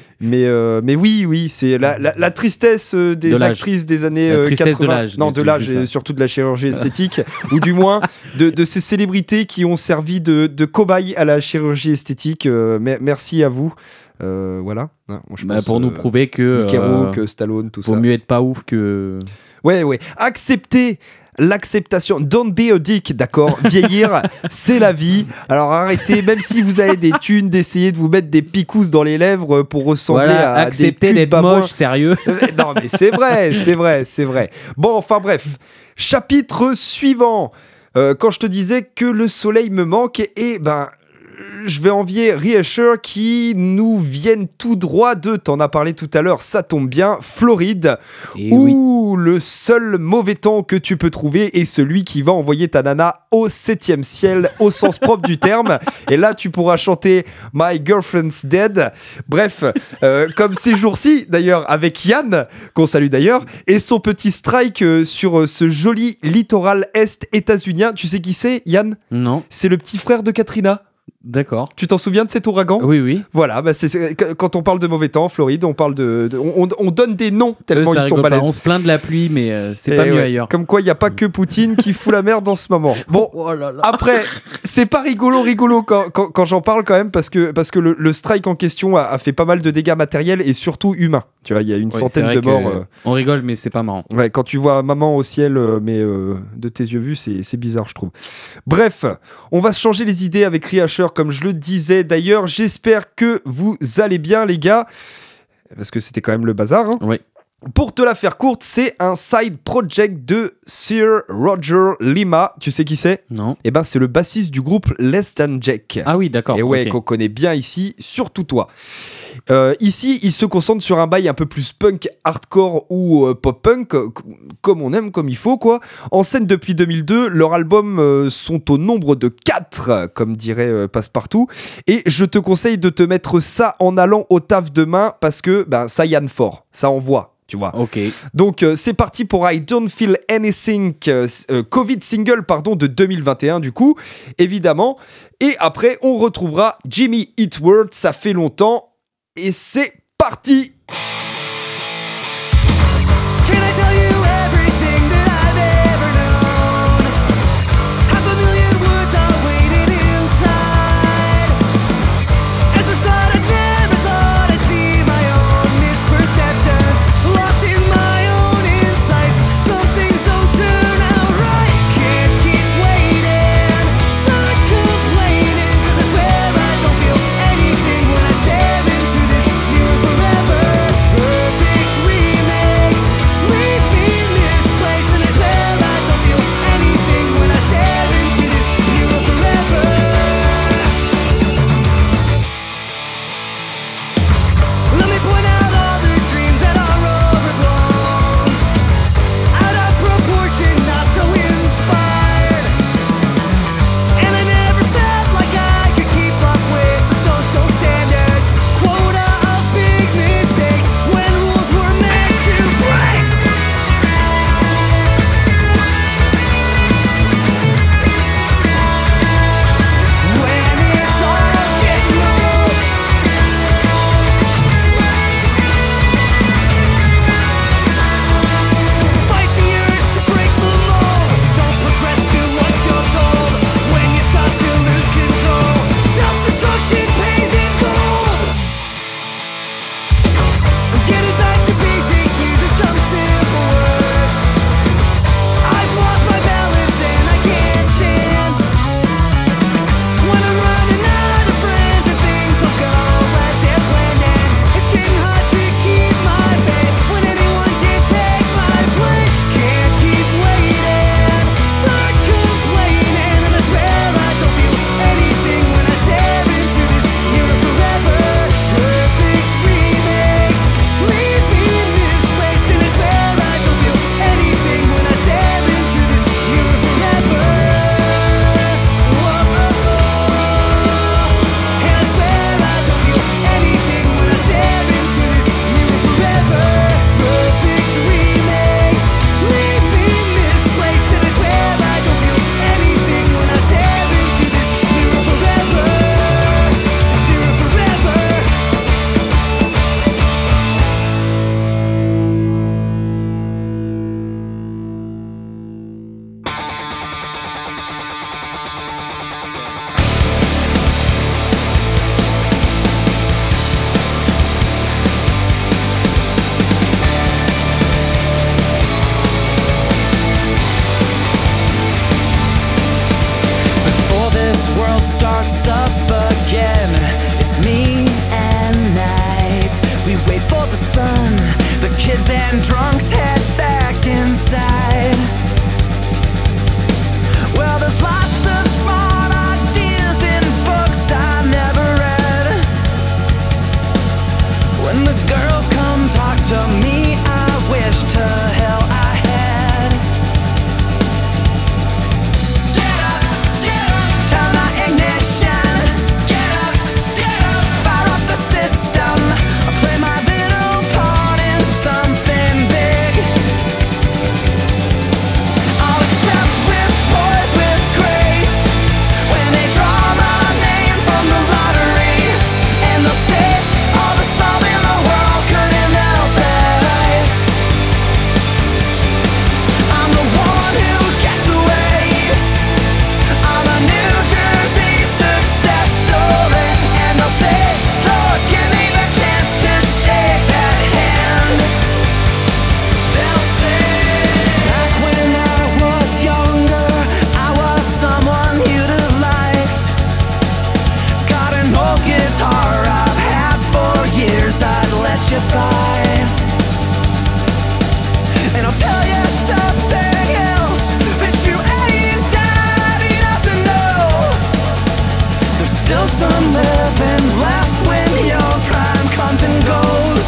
A: Mais oui, c'est la tristesse des actrices des années
B: la tristesse
A: 80.
B: de l'âge.
A: Non, de l'âge et surtout de la chirurgie esthétique, ou du moins de ces célébrités qui ont servi de cobayes à la chirurgie esthétique. Merci à vous. Voilà. Moi, je pense,
B: pour nous prouver que
A: Mickey Rourke, Stallone, tout ça.
B: vaut mieux être pas ouf que...
A: Ouais. Acceptez l'acceptation. Don't be a dick, d'accord. Vieillir, c'est la vie. Alors arrêtez, même si vous avez des thunes, d'essayer de vous mettre des picousses dans les lèvres pour ressembler
B: voilà,
A: à
B: acceptez
A: des
B: d'être
A: babouins.
B: moche, sérieux.
A: Non mais c'est vrai. Bon, enfin bref. Chapitre suivant. Quand je te disais que le soleil me manque, je vais envier Reassure qui nous viennent tout droit de, t'en as parlé tout à l'heure, ça tombe bien, Floride,
B: Et
A: où le seul mauvais temps que tu peux trouver est celui qui va envoyer ta nana au 7e ciel, au sens propre du terme. Et là, tu pourras chanter My Girlfriend's Dead. Bref, comme ces jours-ci, d'ailleurs, avec Yann, qu'on salue d'ailleurs, et son petit strike sur ce joli littoral est états-unien. Tu sais qui c'est, Yann ?
B: Non,
A: C'est le petit frère de Katrina.
B: d'accord.
A: Tu t'en souviens de cet ouragan ?
B: Oui.
A: Voilà, quand on parle de mauvais temps, Floride, on parle on donne des noms tellement
B: Ça
A: ils sont
B: rigole pas.
A: balèzes.
B: On se plaint de la pluie, mais c'est
A: Et
B: pas mieux
A: ouais,
B: ailleurs.
A: Comme quoi, il n'y a pas que Poutine qui fout la merde en ce moment. Bon,
B: Oh là là.
A: après, c'est pas rigolo quand j'en parle quand même, parce que le strike en question a fait pas mal de dégâts matériels et surtout humains. Tu vois, il y a une
B: Ouais,
A: centaine
B: c'est
A: de
B: vrai
A: morts.
B: que On rigole, mais c'est pas marrant.
A: Ouais, quand tu vois maman au ciel, mais de tes yeux vus, c'est bizarre, je trouve. Bref, on va se changer les idées avec Reassure, comme je le disais. D'ailleurs, j'espère que vous allez bien, les gars, parce que c'était quand même le bazar. Hein.
B: Ouais.
A: Pour te la faire courte, c'est un side project de Sir Roger Lima. Tu sais qui c'est ?
B: Non.
A: Eh ben, c'est le bassiste du groupe Less Than Jake.
B: Ah oui, d'accord.
A: Et ouais,
B: ok.
A: qu'on connaît bien ici, surtout toi. Ici, il se concentre sur un bail un peu plus punk, hardcore ou pop-punk, comme on aime, comme il faut, quoi. En scène depuis 2002, leurs albums sont au nombre de 4, comme dirait Passepartout. Et je te conseille de te mettre ça en allant au taf demain, parce que ça yanne fort, ça envoie. Tu vois.
B: Ok.
A: Donc c'est parti pour I Don't Feel Anything, Covid single de 2021 du coup, évidemment. Et après on retrouvera Jimmy Eat World, ça fait longtemps, et c'est parti.
C: Can I tell you everything that I've ever known? 500,000 words are waiting inside. As a start, I never thought I'd see my own misperceptions, lost in my own insights. Some things don't turn out right. Can't keep waiting, start complaining, 'cause I swear I don't feel anything when I stare into this mirror forever.
E: kids and drunks head back inside. Well, there's lots of smart ideas in books I never read. When the girls come talk to me, I wish to hell I had. Get up, turn the ignition. Get up, fire up the system. I play my little part in something big. I'll accept with poise, with grace, when they draw my name from the lottery. And they'll say all the salt in the world couldn't help that ice. I'm the one who gets away. I'm a New Jersey success story. And they'll say, Lord, give me the chance to shake that hand. They'll say, back when I was younger, I was someone you'd have liked. Got an old guitar I've had for years, I'd let you buy. And I'll tell you something else that you ain't died enough to know. There's still some living left when your prime comes and goes.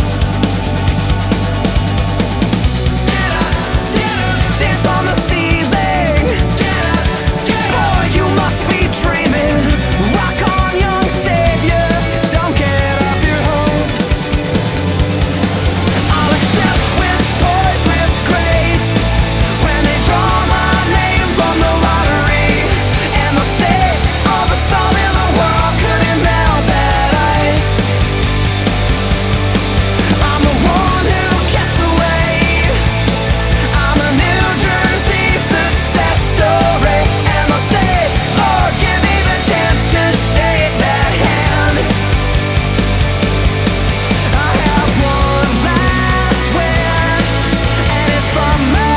E: Get up, dance on the ceiling. Get up, boy, you must be dreaming. Rock on, young savior, don't get up your hopes. I'll accept with poise, with grace, when they draw my name from the lottery. And they'll say all the salt in the world couldn't melt that ice. I'm the one who gets away. I'm a New Jersey success story. And they'll say, Lord, give me the chance to shake that hand. I have one last wish, and it's from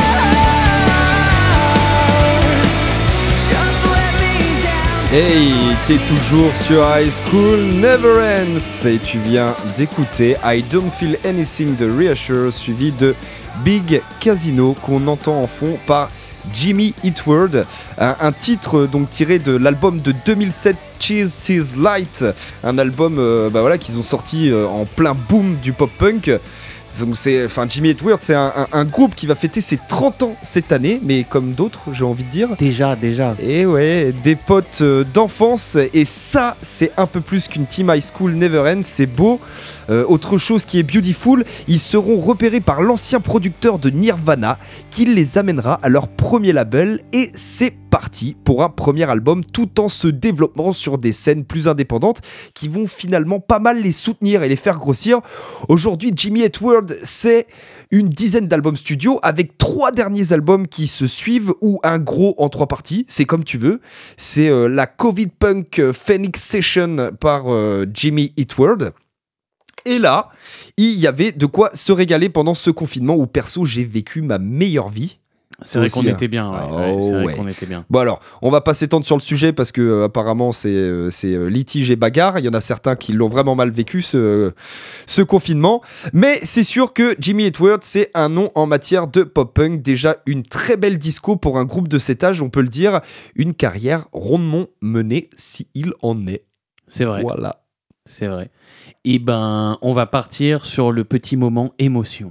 E: her. Just let me down.
A: Hey, t'es toujours sur High School Never Ends et tu viens d'écouter I Don't Feel Anything de Reassure suivi de Big Casino qu'on entend en fond par Jimmy Eat World, un titre donc tiré de l'album de 2007 Cheese Is Light, un album qu'ils ont sorti en plein boom du pop-punk. Donc Jimmy Eat World, c'est un groupe qui va fêter ses 30 ans cette année, mais comme d'autres, j'ai envie de dire.
B: Déjà.
A: Et ouais, des potes d'enfance, et ça, c'est un peu plus qu'une team High School Never Ends, c'est beau. Autre chose qui est beautiful, ils seront repérés par l'ancien producteur de Nirvana, qui les amènera à leur premier label, et c'est parti pour un premier album, tout en se développant sur des scènes plus indépendantes, qui vont finalement pas mal les soutenir et les faire grossir. Aujourd'hui, Jimmy Eat World, c'est une dizaine d'albums studio avec 3 derniers albums qui se suivent ou un gros en 3 parties, c'est comme tu veux. C'est la Covid Punk Phoenix Session par Jimmy Eat World. Et là, il y avait de quoi se régaler pendant ce confinement où perso j'ai vécu ma meilleure vie.
B: C'est vrai
A: aussi,
B: qu'on
A: hein.
B: était bien. Qu'on était bien.
A: Bon alors, on va pas s'étendre sur le sujet parce que apparemment c'est litige et bagarre. Il y en a certains qui l'ont vraiment mal vécu ce confinement. Mais c'est sûr que Jimmy Eat World, c'est un nom en matière de pop-punk. Déjà une très belle disco pour un groupe de cet âge, on peut le dire. Une carrière rondement menée s'il en est.
B: C'est vrai.
A: Voilà.
B: C'est vrai. Et ben, on va partir sur le petit moment émotion.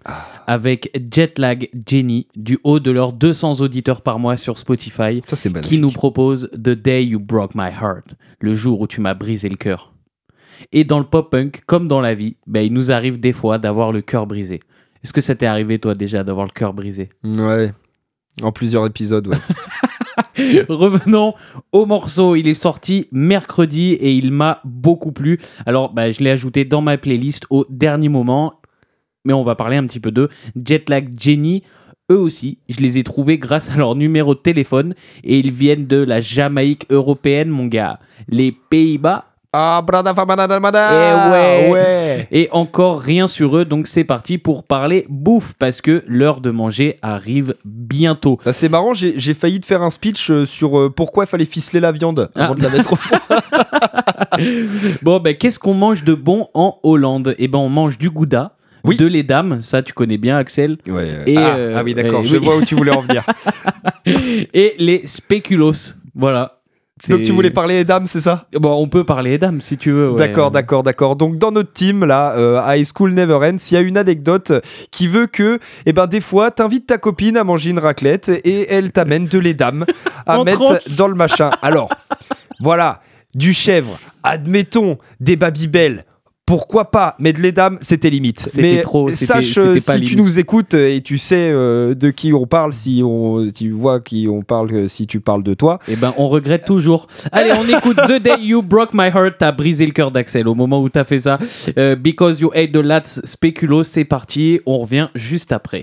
B: Avec Jetlag Jenny, du haut de leurs 200 auditeurs par mois sur Spotify,
A: Ça, c'est magnifique.
B: qui nous propose The Day You Broke My Heart, le jour où tu m'as brisé le cœur. Et dans le pop-punk, comme dans la vie, il nous arrive des fois d'avoir le cœur brisé. Est-ce que ça t'est arrivé, toi, déjà, d'avoir le cœur brisé ?
A: Ouais. En plusieurs épisodes, ouais.
B: Revenons au morceau, il est sorti mercredi et il m'a beaucoup plu. Alors je l'ai ajouté dans ma playlist au dernier moment, mais on va parler un petit peu d'eux. Jetlag Jenny, eux aussi, je les ai trouvés grâce à leur numéro de téléphone et ils viennent de la Jamaïque européenne, mon gars. Les Pays-Bas.
A: Ah, brada,
B: ouais. Et encore rien sur eux, donc c'est parti pour parler bouffe, parce que l'heure de manger arrive bientôt.
A: Bah, c'est marrant, j'ai failli te faire un speech sur pourquoi il fallait ficeler la viande avant de la mettre au four.
B: Bon, qu'est-ce qu'on mange de bon en Hollande ? On mange du gouda.
A: Oui.
B: de Les Dames, ça tu connais bien Axel,
A: Ouais.
B: Et,
A: Ah oui, d'accord, je
B: oui.
A: vois où tu voulais en venir.
B: et les Speculoos, voilà.
A: Donc tu voulais parler dames, c'est ça?
B: Bon, on peut parler Les Dames si tu veux. Ouais.
A: D'accord. Donc dans notre team là, High School Never Ends, il y a une anecdote qui veut que, des fois, t'invites ta copine à manger une raclette et elle t'amène de lait d'âme à
B: En
A: mettre
B: tranche.
A: dans le machin. Alors, voilà, du chèvre, admettons, des Babybel. Pourquoi pas? Mais de lait d'âme, c'était limite.
B: C'était
A: Mais
B: trop,
A: sache,
B: c'était pas
A: si tu
B: limite.
A: nous écoutes et tu sais de qui on parle, si tu vois qui on parle, si tu parles de toi.
B: Eh ben, on regrette toujours. Allez, on écoute The Day You Broke My Heart. T'as brisé le cœur d'Axel au moment où t'as fait ça. Because You Hate the Lads, Speculoos, c'est parti. On revient juste après.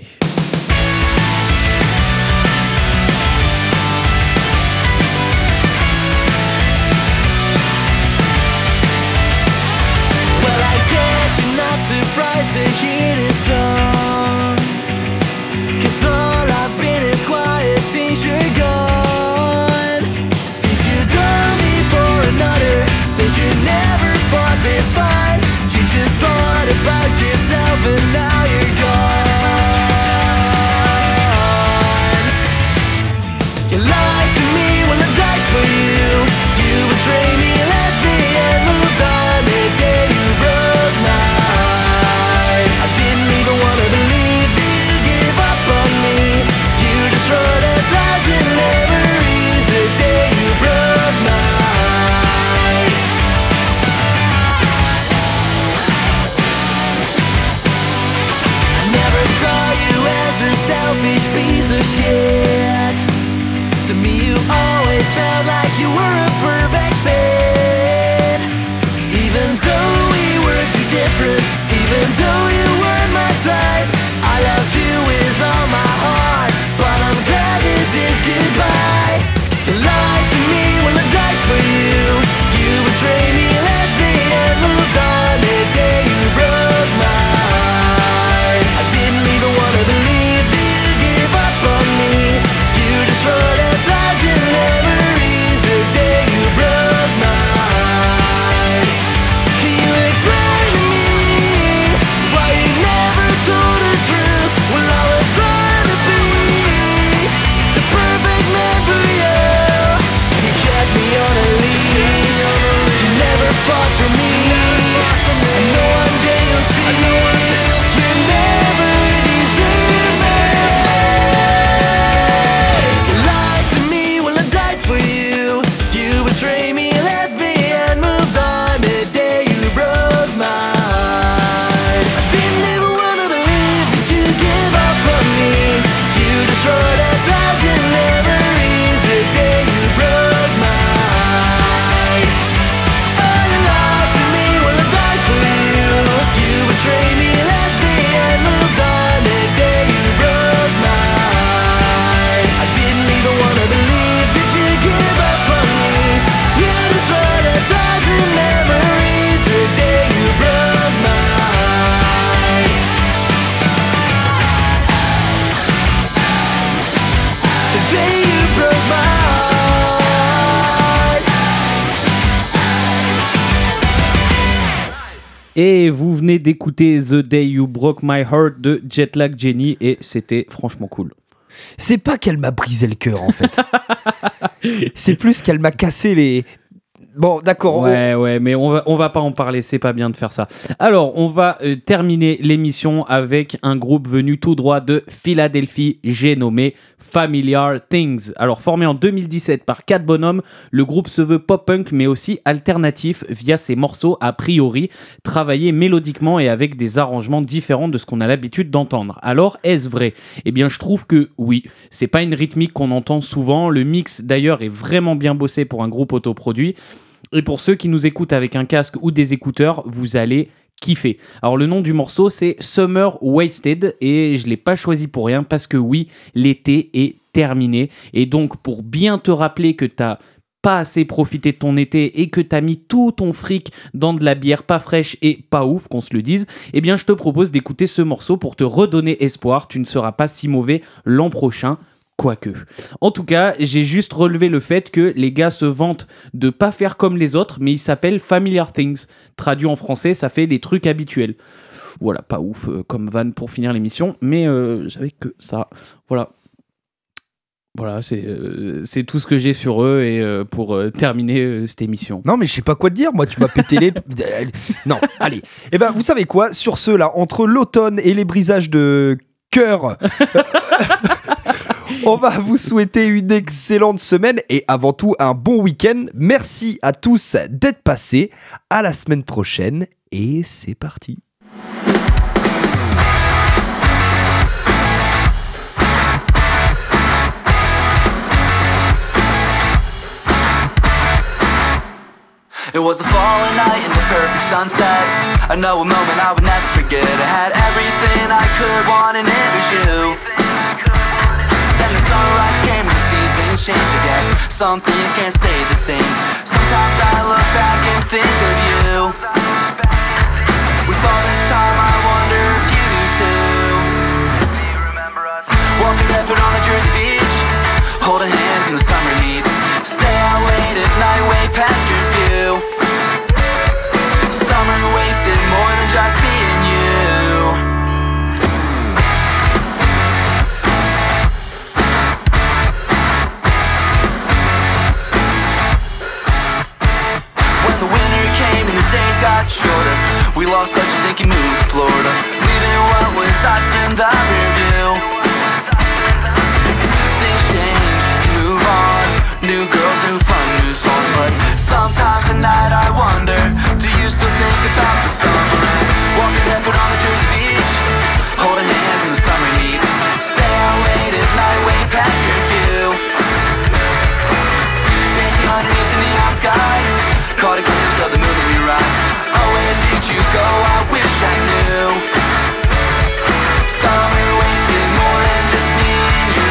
E: Well, I guess you're not surprised to hear this song, 'cause all I've been is quiet since you're gone. Since you dumped me for another, since you never fought this fight, you just thought about yourself and now you're gone. You lied to me, well I died for you. You betrayed me, left me and moved on. The day you broke my heart, I didn't even wanna believe that you gave up on me. You destroyed 1,000 memories. The day you broke my heart. I never saw you as a selfish piece of shit. To me you always felt like you were a perfect fit. Even though we were too different, even though you weren't my type, I loved you with all my heart, but I'm glad this is goodbye. You lied to me, well I died for you. You betrayed me, left me and moved on. The day you broke my heart, I didn't even wanna believe that you gave up on me. You destroyed 1,000 memories. The day you broke my heart. Can you explain to me why you never told the truth? Well, I was trying to be the perfect man for you. You kept me on a leash. You never fought for me. I know one day you'll see. You never deserved me. You lied to me, well I died for you. You betrayed me, left me and moved on. The day you broke my heart, I didn't even wanna believe that you give up on me. You destroyed 1,000 memories. The day you broke my heart. Oh, you lied to me, well I died for you. You betrayed me, left me and moved on. The day you broke my heart, I didn't even wanna believe that you give up on me. You destroyed 1,000 memories. The day you broke my heart. The day you broke my heart.
B: Et vous venez d'écouter The Day You Broke My Heart de Jetlag Jenny et c'était franchement cool.
A: C'est pas qu'elle m'a brisé le cœur en fait. C'est plus qu'elle m'a cassé les. Bon, d'accord.
B: Ouais, mais on va pas en parler, c'est pas bien de faire ça. Alors, on va terminer l'émission avec un groupe venu tout droit de Philadelphie, j'ai nommé Familiar Things. Alors, formé en 2017 par 4 bonhommes, le groupe se veut pop-punk mais aussi alternatif via ses morceaux a priori travaillés mélodiquement et avec des arrangements différents de ce qu'on a l'habitude d'entendre. Alors, est-ce vrai ? Eh bien, je trouve que oui. C'est pas une rythmique qu'on entend souvent. Le mix, d'ailleurs, est vraiment bien bossé pour un groupe autoproduit. Et pour ceux qui nous écoutent avec un casque ou des écouteurs, vous allez kiffer. Alors le nom du morceau c'est Summer Wasted et je l'ai pas choisi pour rien parce que oui, l'été est terminé et donc pour bien te rappeler que t'as pas assez profité de ton été et que t'as mis tout ton fric dans de la bière pas fraîche et pas ouf, qu'on se le dise, eh bien je te propose d'écouter ce morceau pour te redonner espoir, tu ne seras pas si mauvais l'an prochain. Quoique. En tout cas, j'ai juste relevé le fait que les gars se vantent de pas faire comme les autres, mais ils s'appellent Familiar Things. Traduit en français, ça fait des trucs habituels. Voilà, pas ouf comme vanne pour finir l'émission, mais j'avais que ça. Voilà. Voilà, c'est tout ce que j'ai sur eux et pour terminer cette émission.
A: Non, mais je sais pas quoi te dire, moi, tu m'as pété les... Non, allez. Eh ben, vous savez quoi ? Sur ce, là, entre l'automne et les brisages de cœur... On va vous souhaiter une excellente semaine et avant tout un bon week-end. Merci à tous d'être passés. À la semaine prochaine et c'est parti.
E: It was a falling night in the perfect sunset. I know a moment I would never forget. I had everything I could want and it was you. Then the sunrise came and the seasons changed, I guess. Some things can't stay the same. Sometimes I look back and think of you. With all this time I wonder if you do too. Walking barefoot on the Jersey beach, holding hands in the summer heat. Stay out late at night, way past curfew. Summer wasted more than just being you. When the winter came and the days got shorter, we lost touch and think you moved to Florida, leaving what was us in the rearview. Things change, move on. New girls, new fun, new songs. But sometimes at night I wonder, do you still think about the summer? Walking barefoot on the Jersey beach, holding hands in the summer heat. Stay out late at night, way past curfew. Dancing underneath the neon sky, caught a glimpse of the moon in your eye. Oh, where did you go? I wish I knew. Summer wasted more than just me and you.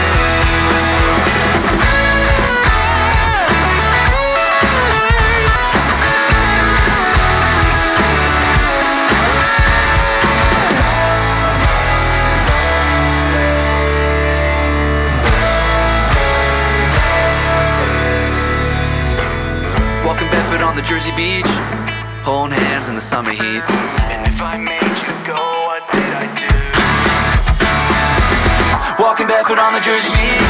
E: Walking barefoot on the Jersey beach, holding hands in the summer heat. And if I made you go, what did I do? Walking barefoot on the Jersey beach.